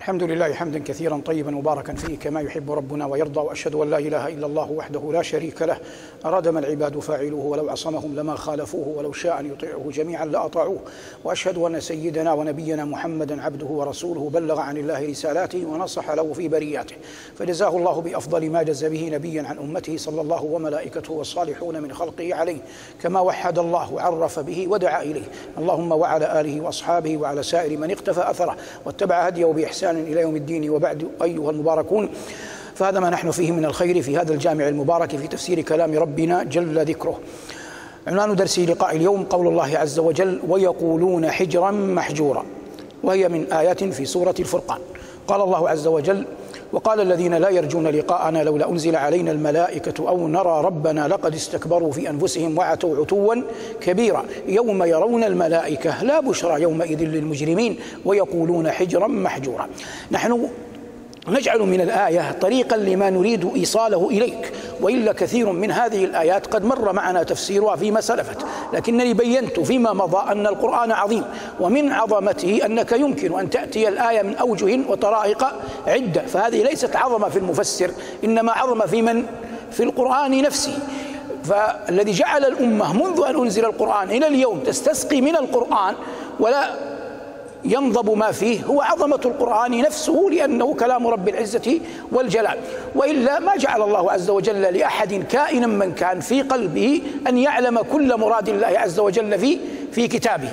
الحمد لله حمدا كثيرا طيبا مباركا فيه كما يحب ربنا ويرضى، وأشهد أن لا إله إلا الله وحده لا شريك له أراد ما العباد فاعلوه ولو عصمهم لما خالفوه ولو شاء أن يطيعوه جميعا لأطاعوه. وأشهد أن سيدنا ونبينا محمدا عبده ورسوله بلغ عن الله رسالاته ونصح له في برياته، فجزاه الله بأفضل ما جزى به نبيا عن أمته صلى الله وملائكته والصالحون من خلقه عليه، كما وحد الله وعرف به ودعا إليه. اللهم وعلى آله وأصحابه وعلى سائر من اقتفى أثره واتبع هديه بإحسان إلى يوم الدين. وبعد أيها المباركون، فهذا ما نحن فيه من الخير في هذا الجامع المبارك في تفسير كلام ربنا جل ذكره. عنوان درسي لقاء اليوم قول الله عز وجل: ويقولون حجرا محجورا، وهي من آيات في سورة الفرقان. قال الله عز وجل: وقال الذين لا يرجون لقاءنا لولا أنزل علينا الملائكة أو نرى ربنا لقد استكبروا في أنفسهم وعتوا عتوا كبيرا يوم يرون الملائكة لا بشرى يومئذ للمجرمين ويقولون حجرا محجورا. نحن نجعل من الآية طريقا لما نريد إيصاله إليك، وإلا كثير من هذه الآيات قد مر معنا تفسيرها فيما سلفت، لكنني بينت فيما مضى أن القرآن عظيم، ومن عظمته أنك يمكن أن تأتي الآية من أوجه وطرائق عدة، فهذه ليست عظمة في المفسر، إنما عظمة في من؟ في القرآن نفسه. فالذي جعل الأمة منذ أن أنزل القرآن إلى اليوم تستسقي من القرآن ولا ينضب ما فيه هو عظمة القرآن نفسه، لأنه كلام رب العزة والجلال، وإلا ما جعل الله عز وجل لأحد كائنا من كان في قلبه أن يعلم كل مراد الله عز وجل في كتابه.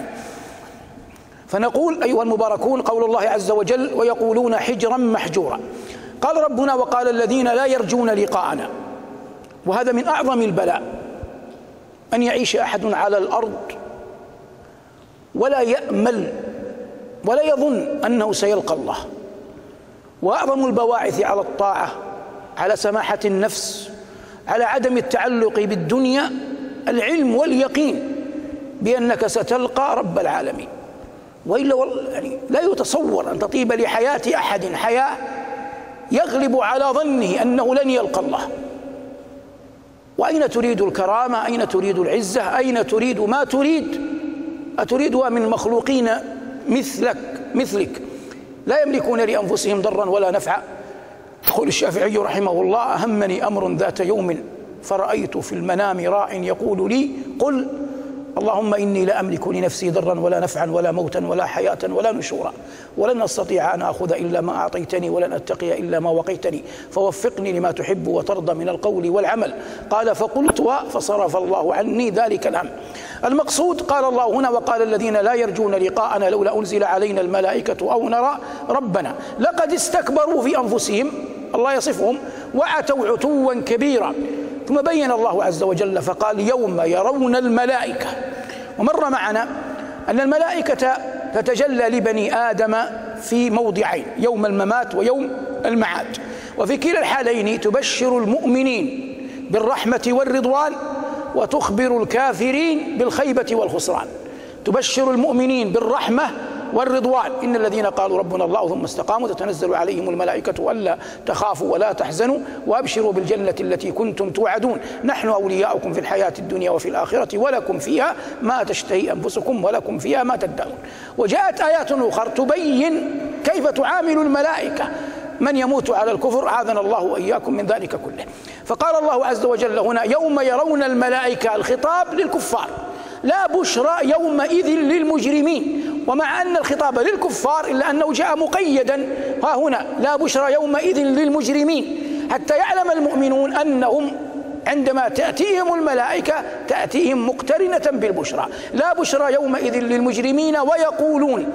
فنقول أيها المباركون قول الله عز وجل: ويقولون حجرا محجورا. قال ربنا: وقال الذين لا يرجون لقاءنا. وهذا من أعظم البلاء، أن يعيش أحد على الأرض ولا يأمل ولا يظن أنه سيلقى الله. وأعظم البواعث على الطاعة، على سماحة النفس، على عدم التعلق بالدنيا، العلم واليقين بأنك ستلقى رب العالمين. وإلا يعني لا يتصور أن تطيب لحياة أحد حياة يغلب على ظنه أنه لن يلقى الله. وأين تريد الكرامة؟ أين تريد العزة؟ أين تريد ما تريد؟ أتريدها من مخلوقين مثلك لا يملكون لأنفسهم ضرا ولا نفعا؟ يقول الشافعي رحمه الله: أهمني أمر ذات يوم فرأيت في المنام راع يقول لي قل اللهم إني لا أملك لنفسي ضرا ولا نفعا ولا موتا ولا حياة ولا نشورا، ولن أستطيع أن أخذ إلا ما أعطيتني ولن أتقي إلا ما وقيتني، فوفقني لما تحب وترضى من القول والعمل. قال: فقلت فصرف الله عني ذلك الهم. المقصود قال الله هنا: وقال الذين لا يرجون لقاءنا لولا أنزل علينا الملائكة أو نرى ربنا لقد استكبروا في أنفسهم، الله يصفهم، وعتوا عتوا كبيرا. ثم بين الله عز وجل فقال: يوم يرون الملائكة. ومر معنا أن الملائكة تتجلى لبني آدم في موضعين: يوم الممات ويوم المعاد، وفي كلا الحالين تبشر المؤمنين بالرحمة والرضوان وتخبر الكافرين بالخيبة والخسران. تبشر المؤمنين بالرحمة والرضوان: إن الذين قالوا ربنا الله ثم استقاموا تتنزل عليهم الملائكة ألا تخافوا ولا تحزنوا وأبشروا بالجنة التي كنتم توعدون نحن أولياؤكم في الحياة الدنيا وفي الآخرة ولكم فيها ما تشتهي أنفسكم ولكم فيها ما تدعون. وجاءت آيات أخرى تبين كيف تعامل الملائكة من يموت على الكفر، أعاذنا الله وإياكم من ذلك كله. فقال الله عز وجل هنا: يوم يرون الملائكة، الخطاب للكفار، لا بشرى يومئذ للمجرمين. ومع أن الخطاب للكفار إلا أنه جاء مقيدا، ها هنا لا بشرى يومئذ للمجرمين، حتى يعلم المؤمنون أنهم عندما تأتيهم الملائكة تأتيهم مقترنة بالبشرى. لا بشرى يومئذ للمجرمين ويقولون.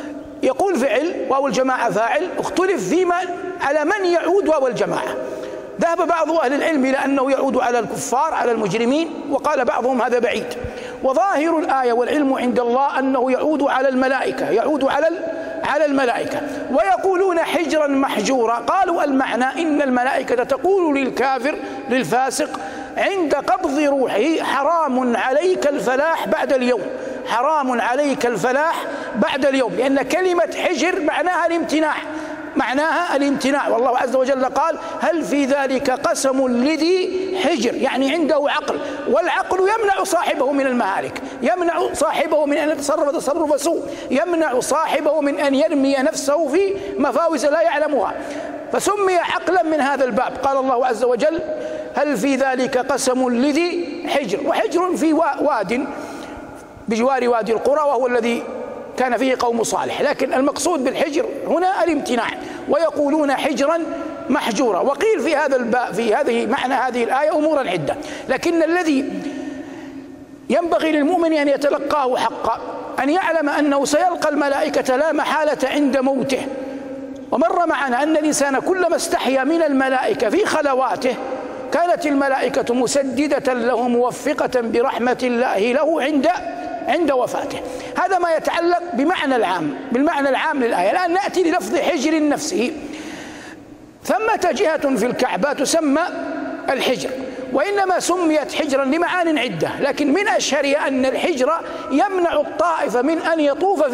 يقول فعل واو الجماعة فاعل، اختلف فيما على من يعود واو الجماعة. ذهب بعض أهل العلم إلى أنه يعود على الكفار على المجرمين، وقال بعضهم هذا بعيد. وظاهر الآية والعلم عند الله أنه يعود على الملائكة، يعود على الملائكة. ويقولون حجرا محجورا، قالوا المعنى إن الملائكة تقول للكافر للفاسق عند قبض روحه: حرام عليك الفلاح بعد اليوم، حرام عليك الفلاح بعد اليوم، لأن كلمة حجر معناها الامتناع، معناها الامتناع. والله عز وجل قال هل في ذلك قسم لذي حجر، يعني عنده عقل، والعقل يمنع صاحبه من المهالك، يمنع صاحبه من أن يتصرف تصرف سوء، يمنع صاحبه من أن يرمي نفسه في مفاوز لا يعلمها، فسمي عقلا من هذا الباب. قال الله عز وجل هل في ذلك قسم لذي حجر، وحجر في واد بجوار وادي القرى وهو الذي كان فيه قوم صالح، لكن المقصود بالحجر هنا الامتناع، ويقولون حجرا محجورا. وقيل في هذا الباب في هذه معنى هذه الآية أمورا عدة، لكن الذي ينبغي للمؤمن أن يتلقاه حقا أن يعلم أنه سيلقى الملائكة لا محالة عند موته. ومر معنا أن الإنسان كلما استحيا من الملائكة في خلواته كانت الملائكة مسددة له موفقة برحمة الله له عند وفاته. هذا ما يتعلق بالمعنى العام للآية. الآن نأتي للفظ حجر نفسه. ثمة جهة في الكعبة تسمى الحجر، وإنما سميت حجرا لمعان عدة، لكن من أشهرها أن الحجر يمنع الطائف من أن يطوف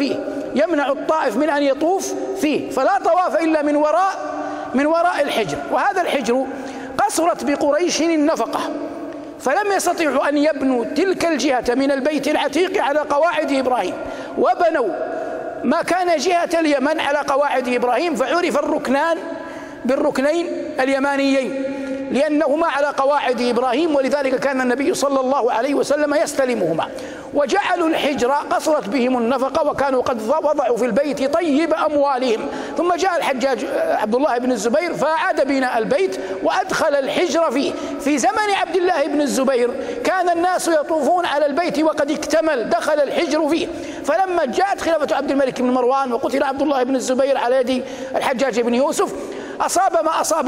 فيه، فلا طواف إلا من وراء الحجر. وهذا الحجر قصرت بقريش النفقة، فلم يستطيعوا أن يبنوا تلك الجهة من البيت العتيق على قواعد إبراهيم، وبنوا ما كان جهة اليمن على قواعد إبراهيم، فعرف الركنان بالركنين اليمانيين لأنهما على قواعد إبراهيم، ولذلك كان النبي صلى الله عليه وسلم يستلمهما. وجعلوا الحجر قصرت بهم النفقة، وكانوا قد وضعوا في البيت طيب أموالهم. ثم جاء الحجاج عبد الله بن الزبير فأعاد بناء البيت وأدخل الحجر فيه. في زمن عبد الله بن الزبير كان الناس يطوفون على البيت وقد اكتمل، دخل الحجر فيه. فلما جاءت خلافة عبد الملك بن مروان وقتل عبد الله بن الزبير على يد الحجاج بن يوسف، أصاب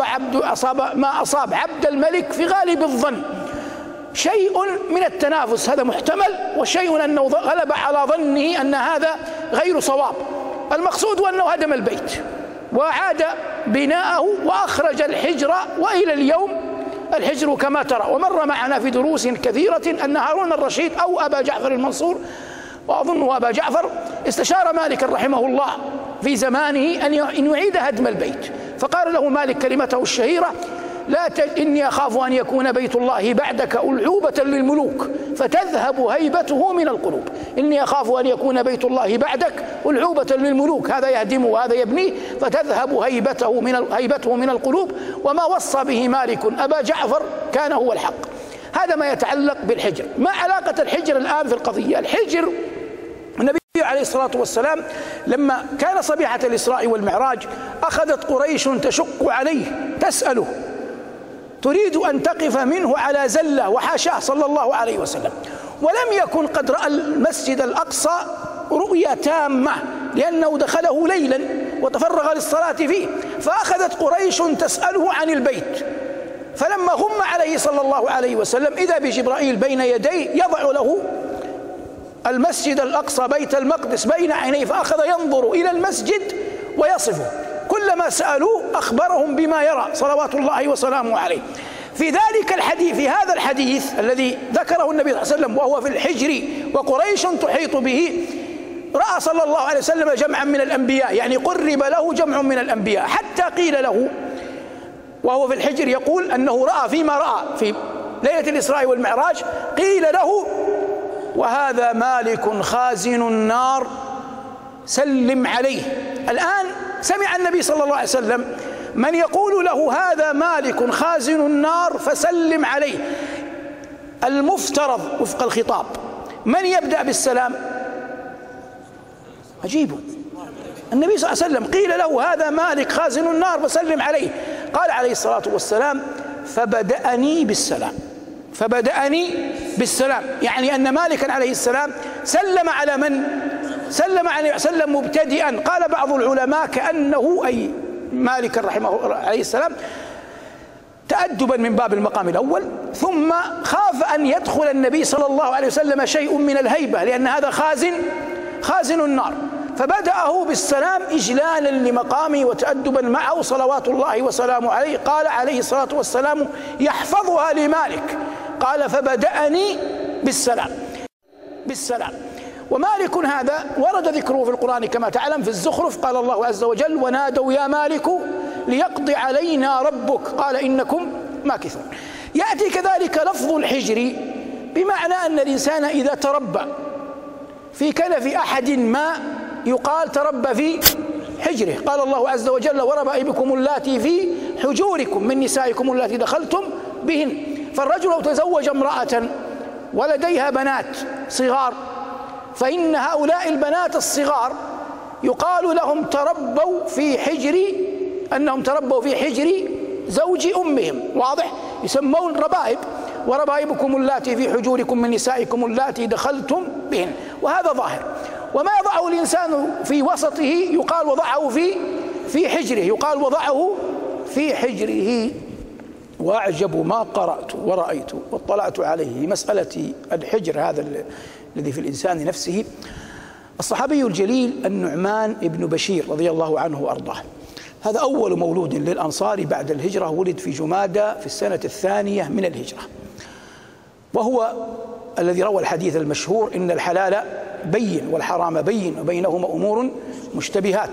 ما أصاب عبد الملك في غالب الظن، شيء من التنافس هذا محتمل، وشيء أنه غلب على ظنه أن هذا غير صواب. المقصود أنه هدم البيت وعاد بناءه وأخرج الحجر، وإلى اليوم الحجر كما ترى. ومر معنا في دروس كثيرة أن هارون الرشيد أو أبا جعفر المنصور، وأظنه أبا جعفر، استشار مالك رحمه الله في زمانه أن يعيد هدم البيت، فقال له مالك كلمته الشهيرة إني أخاف أن يكون بيت الله بعدك ألعوبة للملوك فتذهب هيبته من القلوب. إني أخاف أن يكون بيت الله بعدك ألعوبة للملوك، هذا يهدمه وهذا يبنيه، فتذهب هيبته من القلوب. وما وصى به مالك أبا جعفر كان هو الحق. هذا ما يتعلق بالحجر. ما علاقة الحجر الآن في القضية؟ الحجر النبي عليه الصلاة والسلام لما كان صبيحة الإسراء والمعراج أخذت قريش تشق عليه تسأله، تريد أن تقف منه على زلة وحاشاه صلى الله عليه وسلم، ولم يكن قد رأى المسجد الأقصى رؤية تامة لأنه دخله ليلا وتفرغ للصلاة فيه، فأخذت قريش تسأله عن البيت. فلما غم عليه صلى الله عليه وسلم إذا بجبرائيل بين يديه يضع له المسجد الأقصى بيت المقدس بين عينيه، فأخذ ينظر إلى المسجد ويصفه، كلما سألوه أخبرهم بما يرى صلوات الله وسلامه عليه. في ذلك الحديث، في هذا الحديث الذي ذكره النبي صلى الله عليه وسلم وهو في الحجر وقريش تحيط به، رأى صلى الله عليه وسلم جمعا من الأنبياء، يعني قرب له جمع من الأنبياء، حتى قيل له وهو في الحجر يقول أنه رأى فيما رأى في ليلة الإسراء والمعراج، قيل له وهذا مالك خازن النار سلم عليه. الآن سمع النبي صلى الله عليه وسلم من يقول له هذا مالك خازن النار فسلم عليه. المفترض وفق الخطاب من يبدأ بالسلام؟ عجيب، النبي صلى الله عليه وسلم قيل له هذا مالك خازن النار فسلم عليه، قال عليه الصلاة والسلام فبدأني بالسلام، يعني أن مالكا عليه السلام سلم على من؟ سلم مبتدئا. قال بعض العلماء كأنه أي مالك رحمه عليه السلام تأدبا من باب المقام الأول، ثم خاف أن يدخل النبي صلى الله عليه وسلم شيء من الهيبة لأن هذا خازن النار، فبدأه بالسلام إجلالا لمقامه وتأدبا معه صلوات الله وسلامه عليه. قال عليه الصلاة والسلام يحفظها لمالك، قال فبدأني بالسلام. ومالك هذا ورد ذكره في القرآن كما تعلم في الزخرف، قال الله عز وجل: ونادوا يا مالك ليقضي علينا ربك قال إنكم ماكثون. يأتي كذلك لفظ الحجر بمعنى أن الإنسان إذا تربى في كنف أحد ما يقال تربى في حجره. قال الله عز وجل: وربائبكم اللاتي في حجوركم من نسائكم اللاتي دخلتم بهن. فالرجل لو تزوج امرأة ولديها بنات صغار فإن هؤلاء البنات الصغار يقال لهم تربوا في حجر، أنهم تربوا في حجر زوج أمهم، واضح؟ يسمون ربائب. وربائبكم اللاتي في حجوركم من نسائكم اللاتي دخلتم بهن، وهذا ظاهر. وما يضعه الإنسان في وسطه يقال وضعه في حجره، يقال وضعه في حجره. وأعجب ما قرأت ورأيت واطلعت عليه مسألة الحجر هذا الذي في الإنسان نفسه، الصحابي الجليل النعمان بن بشير رضي الله عنه وأرضاه. هذا أول مولود للأنصار بعد الهجرة، ولد في جمادى في السنة الثانية من الهجرة، وهو الذي روى الحديث المشهور: إن الحلال بين والحرام بين وبينهما أمور مشتبهات،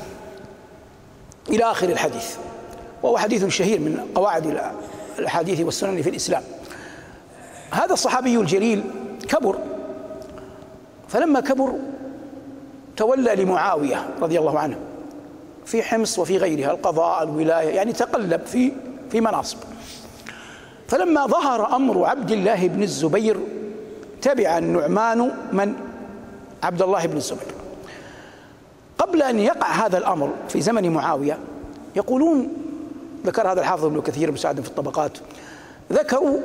إلى آخر الحديث. وهو حديث شهير من قواعد الأحاديث والسنن في الإسلام. هذا الصحابي الجليل كبر، فلما كبر تولى لمعاوية رضي الله عنه في حمص وفي غيرها القضاء، الولاية، يعني تقلب في مناصب. فلما ظهر أمر عبد الله بن الزبير تبع النعمان من عبد الله بن الزبير. قبل أن يقع هذا الأمر في زمن معاوية يقولون، ذكر هذا الحافظ ابن كثير بن سعد في الطبقات، ذكروا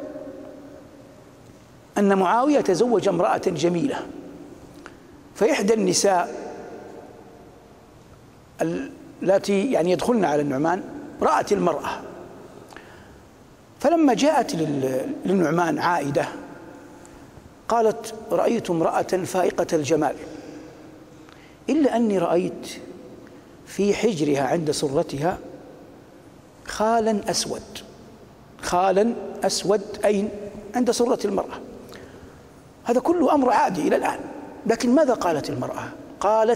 أن معاوية تزوج امرأة جميلة، فإحدى النساء التي يعني يدخلن على النعمان رأت المرأة، فلما جاءت للنعمان عائدة قالت: رأيت امرأة فائقة الجمال، إلا أني رأيت في حجرها عند سرتها خالا أسود. خالا أسود أين؟ عند سرة المرأة. هذا كله أمر عادي إلى الآن، لكن ماذا قالت المرأة؟ قالت: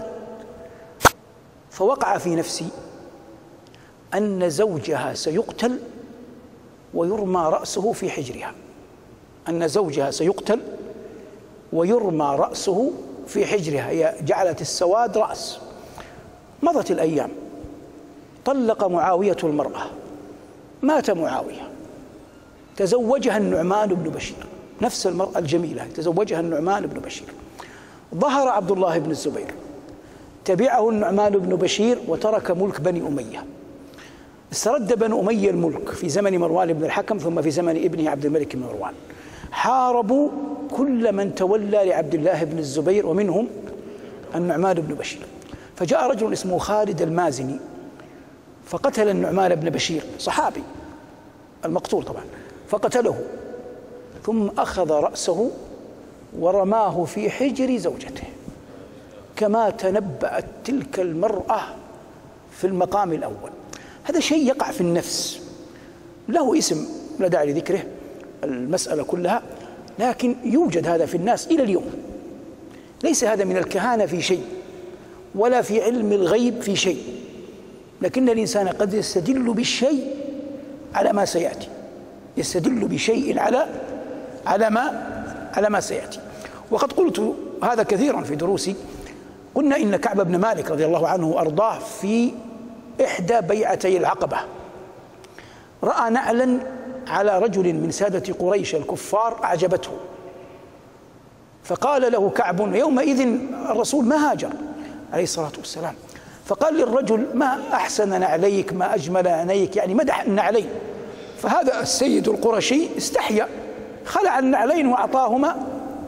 فوقع في نفسي أن زوجها سيقتل ويرمى رأسه في حجرها، أن زوجها سيقتل ويرمى رأسه في حجرها. هي جعلت السواد رأس. مضت الأيام، طلق معاوية المرأة، مات معاوية، تزوجها النعمان بن بشير، نفس المرأة الجميلة تزوجها النعمان بن بشير. ظهر عبد الله بن الزبير، تبعه النعمان بن بشير وترك ملك بني أمية. استرد بنو أمية الملك في زمن مروان بن الحكم، ثم في زمن ابنه عبد الملك بن مروان. حاربوا كل من تولى لعبد الله بن الزبير، ومنهم النعمان بن بشير. فجاء رجل اسمه خالد المازني فقتل النعمان بن بشير، صحابي المقتول طبعا، فقتله، ثم أخذ رأسه ورماه في حجر زوجته، كما تنبأت تلك المرأة في المقام الأول. هذا شيء يقع في النفس، له اسم لا داعي لذكره المسألة كلها، لكن يوجد هذا في الناس إلى اليوم. ليس هذا من الكهانة في شيء ولا في علم الغيب في شيء، لكن الإنسان قد يستدل بالشيء على ما سيأتي، يستدل بشيء على ما سيأتي. وقد قلت هذا كثيرا في دروسي. قلنا إن كعب بن مالك رضي الله عنه وأرضاه في إحدى بيعتي العقبة رأى نعلا على رجل من سادة قريش الكفار أعجبته، فقال له كعب، يومئذ الرسول ما هاجر عليه الصلاة والسلام، فقال للرجل: ما أحسن نعليك، ما أجمل عينيك، يعني مدح النعلين. فهذا السيد القرشي استحيا، خلع النعلين وأعطاهما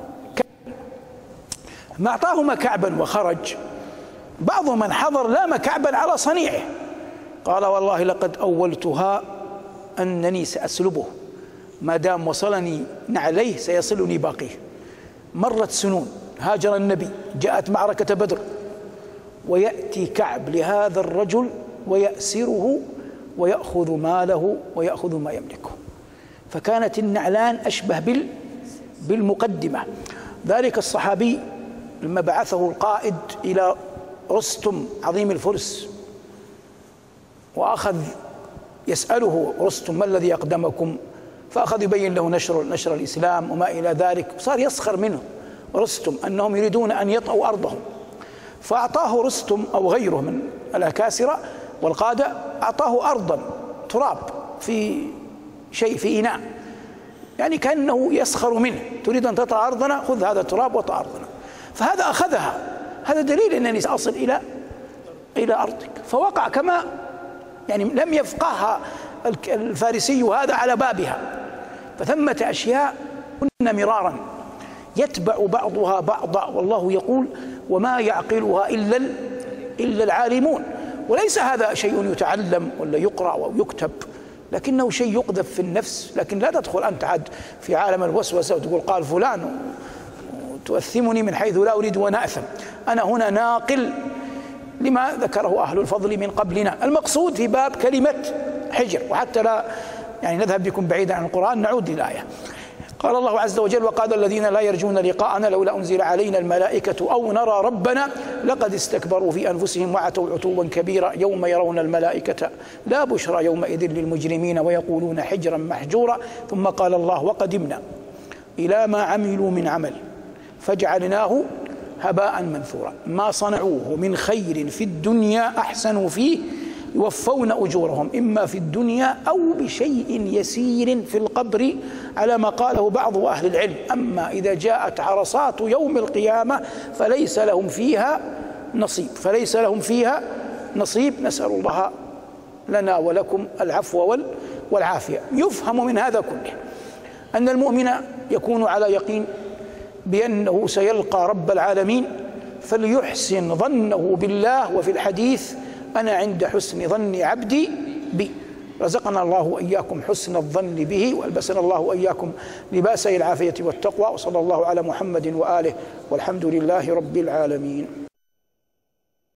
ما أعطاهما كعبا وخرج. بعض من حضر لام كعبا على صنيعه، قال: والله لقد أولتها أنني سأسلبه، ما دام وصلني نعليه سيصلني باقيه. مرت سنون، هاجر النبي، جاءت معركة بدر، ويأتي كعب لهذا الرجل ويأسره ويأخذ ماله ويأخذ ما يملكه. فكانت النعلان أشبه بالمقدمة. ذلك الصحابي لما بعثه القائد إلى رستم عظيم الفرس وأخذ يسأله رستم ما الذي أقدمكم، فأخذ يبين له نشر الإسلام وما إلى ذلك، صار يسخر منه رستم أنهم يريدون أن يطأوا أرضهم، فأعطاه رستم أو غيره من الأكاسرة والقادة أعطاه أرضا تراب في شيء في إناء، يعني كأنه يسخر منه، تريد أن تطأ أرضنا خذ هذا التراب وطأ أرضنا، فهذا أخذها، هذا دليل أنني سأصل إلى أرضك، فوقع كما يعني لم يفقهها الفارسي هذا على بابها. فثمة أشياء كنا مرارا يتبع بعضها بعضا، والله يقول وما يعقلها إلا العالمون. وليس هذا شيء يتعلم ولا يقرأ أو يكتب، لكنه شيء يقذف في النفس، لكن لا تدخل أنت عاد في عالم الوسوسة وتقول قال فلان وتؤثمني من حيث لا أريد وأنا أثم. أنا هنا ناقل لما ذكره أهل الفضل من قبلنا. المقصود في باب كلمة حجر، وحتى لا يعني نذهب بكم بعيدا عن القرآن نعود للآية. قال الله عز وجل وقال الذين لا يرجون لقاءنا لولا أنزل علينا الملائكة أو نرى ربنا لقد استكبروا في أنفسهم وعتوا عتوا كبيرا يوم يرون الملائكة لا بشرى يومئذ للمجرمين ويقولون حجرا محجورا. ثم قال الله وقدمنا إلى ما عملوا من عمل فجعلناه هباء منثورا ما صنعوه من خير في الدنيا أحسنوا فيه يوفون أجورهم إما في الدنيا أو بشيء يسير في القبر على ما قاله بعض أهل العلم. أما إذا جاءت عرصات يوم القيامة فليس لهم فيها نصيب. نسأل الله لنا ولكم العفو والعافية. يفهم من هذا كله أن المؤمن يكون على يقين بأنه سيلقى رب العالمين، فليحسن ظنه بالله. وفي الحديث أنا عند حسن ظن عبدي بي. رزقنا الله وإياكم حسن الظن به، وألبسنا الله وإياكم لباسي العافية والتقوى. وصلى الله على محمد وآله والحمد لله رب العالمين.